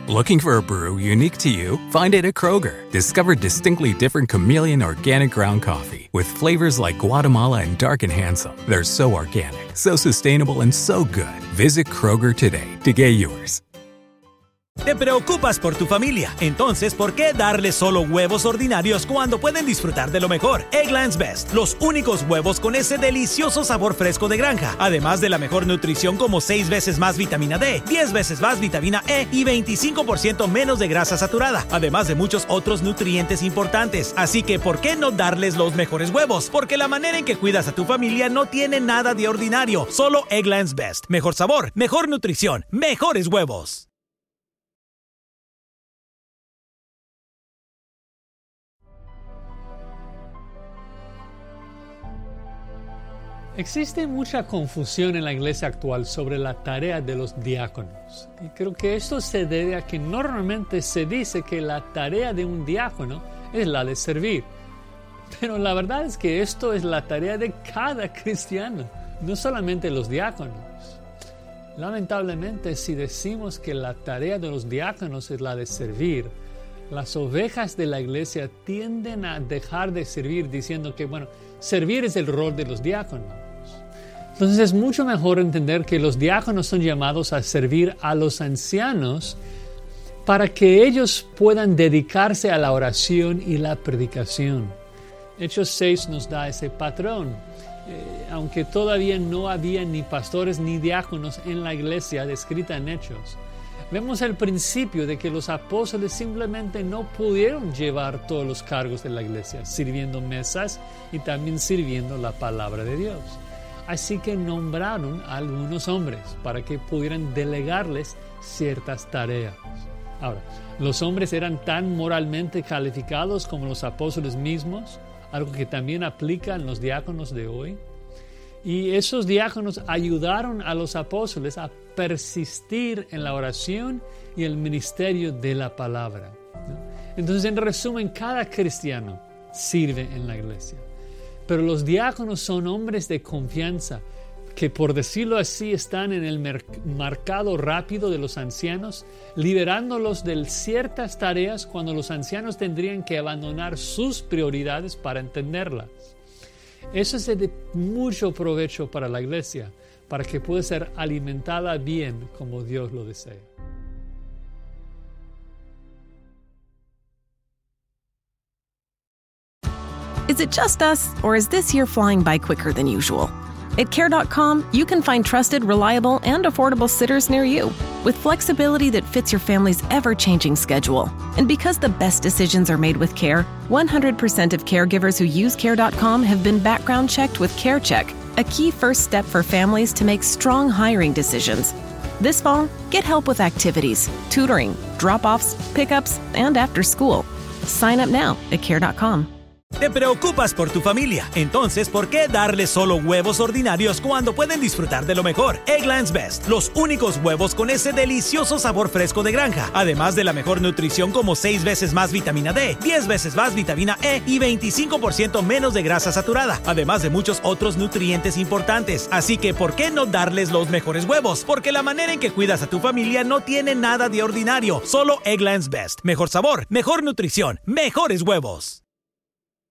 Looking for a brew unique to you? Find it at Kroger. Discover distinctly different Chameleon organic ground coffee with flavors like Guatemala and Dark and Handsome. They're so organic, so sustainable, and so good. Visit Kroger today to get yours. Te preocupas por tu familia, entonces ¿por qué darles solo huevos ordinarios cuando pueden disfrutar de lo mejor? Eggland's Best, los únicos huevos con ese delicioso sabor fresco de granja, además de la mejor nutrición como 6 veces más vitamina D, 10 veces más vitamina E y 25% menos de grasa saturada, además de muchos otros nutrientes importantes. Así que ¿por qué no darles los mejores huevos? Porque la manera en que cuidas a tu familia no tiene nada de ordinario, solo Eggland's Best. Mejor sabor, mejor nutrición, mejores huevos. Existe mucha confusión en la iglesia actual sobre la tarea de los diáconos. Y creo que esto se debe a que normalmente se dice que la tarea de un diácono es la de servir. Pero la verdad es que esto es la tarea de cada cristiano, no solamente los diáconos. Lamentablemente, si decimos que la tarea de los diáconos es la de servir, las ovejas de la iglesia tienden a dejar de servir diciendo que, servir es el rol de los diáconos. Entonces es mucho mejor entender que los diáconos son llamados a servir a los ancianos para que ellos puedan dedicarse a la oración y la predicación. Hechos 6 nos da ese patrón. Aunque todavía no había ni pastores ni diáconos en la iglesia descrita en Hechos, vemos el principio de que los apóstoles simplemente no pudieron llevar todos los cargos de la iglesia, sirviendo mesas y también sirviendo la palabra de Dios. Así que nombraron a algunos hombres para que pudieran delegarles ciertas tareas. Ahora, los hombres eran tan moralmente calificados como los apóstoles mismos, algo que también aplica en los diáconos de hoy. Y esos diáconos ayudaron a los apóstoles a persistir en la oración y el ministerio de la palabra, ¿no? Entonces, en resumen, cada cristiano sirve en la iglesia. Pero los diáconos son hombres de confianza que, por decirlo así, están en el mercado rápido de los ancianos, liberándolos de ciertas tareas cuando los ancianos tendrían que abandonar sus prioridades para entenderlas. Eso es de mucho provecho para la iglesia, para que pueda ser alimentada bien como Dios lo desea. Is it just us, or is this year flying by quicker than usual? At Care.com, you can find trusted, reliable, and affordable sitters near you with flexibility that fits your family's ever-changing schedule. And because the best decisions are made with Care, 100% of caregivers who use Care.com have been background checked with CareCheck, a key first step for families to make strong hiring decisions. This fall, get help with activities, tutoring, drop-offs, pickups, and after school. Sign up now at Care.com. Te preocupas por tu familia, entonces ¿por qué darles solo huevos ordinarios cuando pueden disfrutar de lo mejor? Eggland's Best, los únicos huevos con ese delicioso sabor fresco de granja, además de la mejor nutrición como 6 veces más vitamina D, 10 veces más vitamina E y 25% menos de grasa saturada, además de muchos otros nutrientes importantes. Así que ¿por qué no darles los mejores huevos? Porque la manera en que cuidas a tu familia no tiene nada de ordinario, solo Eggland's Best. Mejor sabor, mejor nutrición, mejores huevos.